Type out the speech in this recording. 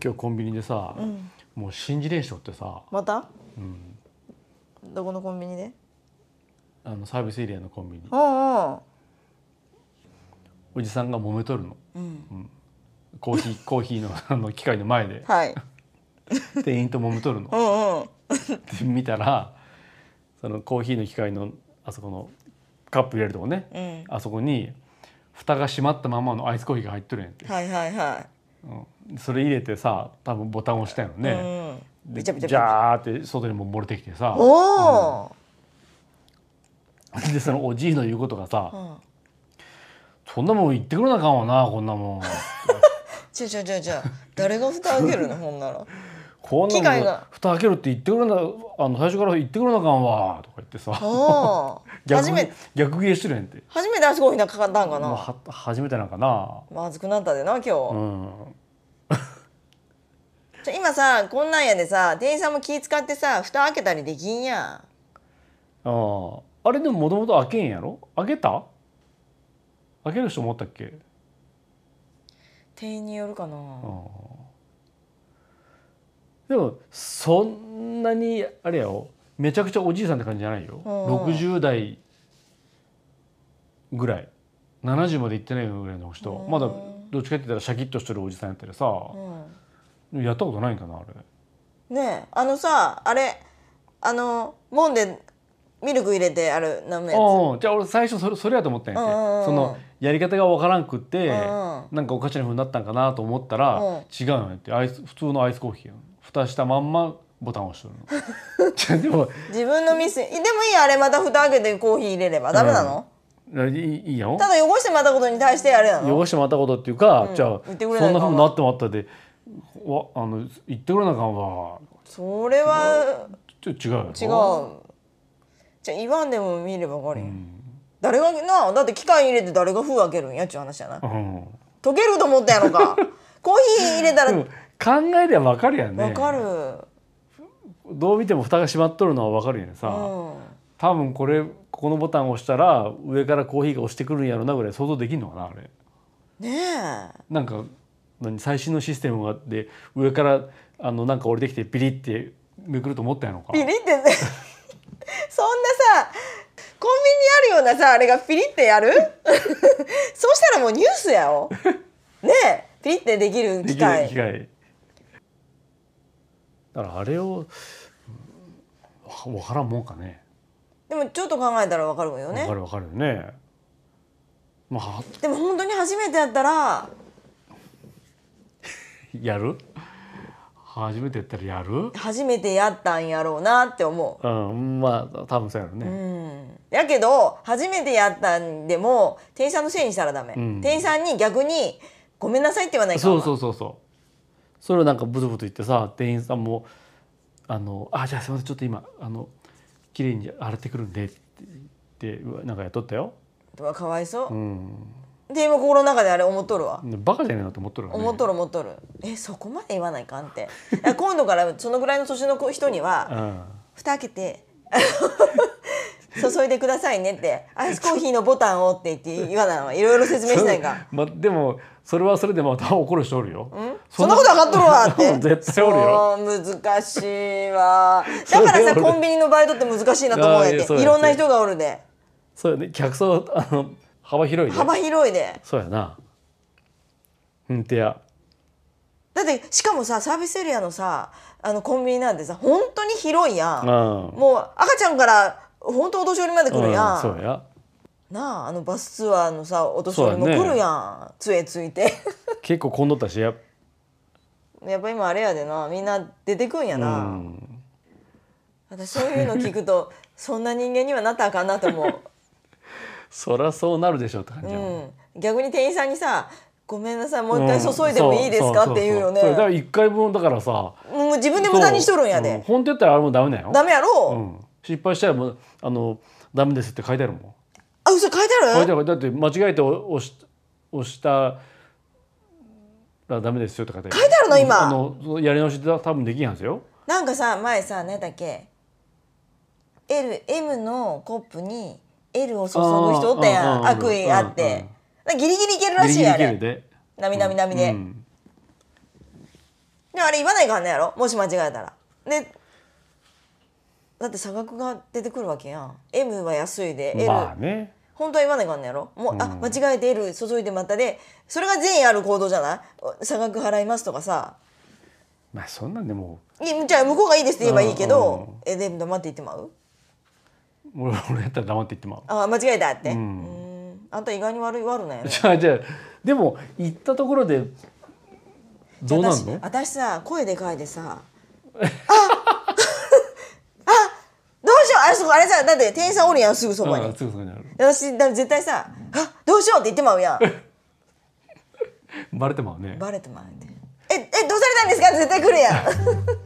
今日コンビニでさ、もう信じれんしょってさ、 また？どこのコンビニで？ サービスエリアのコンビニ、 おじさんが揉めとるの、コーヒーの機械の前ではい。 店員と揉めとるの。で見たらそのコーヒーの機械のあそこのカップ入れるとこね、あそこに蓋が閉まったままのアイスコーヒーが入っとるんやって、 はいはいはそれ入れてさ、多分ボタン押したよね、 い。 でビチャビチャビジチャ。 ャーって外にも漏れてきてさ、 おお。 でそのおじいの言うことがさ、そんなもん言ってくれなあかんわな、こんなもん違う誰が蓋開けるのほんなら。 こんなもん機械が蓋開けるって言ってくれな、最初から言ってくれなあかんわとか言ってさ逆ギレしてるやんって。 初めてアイスコーヒーかかったんかもうな。 初めてなんかな。 まずくなったでな今日。 うん今さこんなんやでさ、店員さんも気使ってさ蓋開けたりできんやん。 あれでももともと開けんやろ。開けた？開ける人思ったっけ？ 店員によるかな。 でもそんなにあれやよ、めちゃくちゃおじいさんって感じじゃないよ、60代ぐらい、70まで行ってないぐらいの人、まだどっちかって言ったらシャキッとしてるおじさんやったりさ、やったことないんかなあれ。 ねえさあれもんでミルク入れてある飲むやつ。 じゃあ俺最初それやと思ったんやって、そのやり方がわからんくって、なんかおかしな風になったんかなと思ったら、違うんやって。普通のアイスコーヒーやん。蓋したまんまボタン押してるのでも自分の店でもいいや、あれまた蓋開けてコーヒー入れればダメなの？ いいよ。 ただ汚してまたことに対してあれなの？ 汚してまたことっていうか、じゃあそんな風になってもあったで言ってくれなあかんわ。 それは違うよ。 違う。じゃあ言わんでも見れば分かるやん。誰がな、だって機械入れて誰が封開けるんやっちゅう話やな。溶けると思ったやろか。コーヒー入れたら考えりゃ分かるやんね。 分かる。 どう見ても蓋が閉まっとるのは分かるやんさ、多分ここのボタンを押したら上からコーヒーが押してくるんやろなぐらい想像できんのかなあれ。 ねえ。 なんか最新のシステムがあって上からなんか降りてきてピリってめくると思ったやのか。 ピリってそんなさコンビニにあるようなさあれがピリってやるそうしたらもうニュースやよねえ。ピリってできる機械。 だからあれを分からんもんかね。 でもちょっと考えたら分かるよね。 分かるよね。 でも本当に初めてやったらやる？初めてやったらやる？ 初めてやったんやろうなって思う。 まあ多分そうやろね。 やけど初めてやったんでも店員さんのせいにしたらダメ。店員さんに逆にごめんなさいって言わないかんわ。 そうそれをなんかブツブツ言ってさ、店員さんもじゃあすいませんちょっと今綺麗に洗ってくるんでって言ってなんかやっとったよ。 かわいそう。で今心の中であれ思っとるわ。 バカじゃねえなと思っとるわね。 思っとる。そこまで言わないかんって。今度からそのぐらいの年の人には蓋開けて注いでくださいねってアイスコーヒーのボタンをって言わないの。いろいろ説明しないか。 でもそれはそれでまた怒る人おるよ。 そんなこと分かっとるわって絶対おるよ。 難しいわ。だからさコンビニのバイトって難しいなと思うやって。いろんな人がおるで。 そうやね。客層幅広いで。 幅広いで。 そうやな。てや。 だってしかもさサービスエリアのさコンビニなんてさ本当に広いやん。もう赤ちゃんから本当お年寄りまで来るやん。 そうやなあバスツアーのさお年寄りも来るやん。杖ついて結構混んどったしやっぱ今あれやでな、みんな出てくんやな。私そういうの聞くとそんな人間にはなったらあかんなと思う。 そりゃそうなるでしょって感じやもん。 逆に店員さんにさごめんなさいもう一回注いでもいいですかって言うよね。 だから1回分だからさもう自分で無駄にしとるんやで。 本当やったらあれもダメだよ。 ダメやろ。 失敗したらもうダメですって書いてあるもん。 嘘書いてある？ だって間違えて押したらダメですよって書いてある。 書いてあるの今。 やり直しで多分できんはずよ。 なんかさ前さ何だっけ M のコップに L を注ぐ人おったやん。悪意あってギリギリいけるらしいやあれ。なみなみなみで。 であれ言わないかんねやろ、もし間違えたら。でだって差額が出てくるわけやん。 M は安いで L、 まあね、 本当は言わないかんねやろ。もう、間違えて L 注いでまたで、それが善意ある行動じゃない。差額払いますとかさ、 まあそんなんでもじゃあ向こうがいいですって言えばいいけど、で黙って言ってまう。 俺やったら黙って言ってまう。 間違えたって、あんた意外に悪なんやね。 じゃあでも言ったところでどうなんの？ 私さ、声でかいでさどうしよう、あれさ、だって店員さんおるやん、すぐそばに。 すぐそこにある。 私だ絶対さ、どうしようって言ってまうやん。 バレてまうね。 バレてまうって。どうされたんですかって絶対来るやん。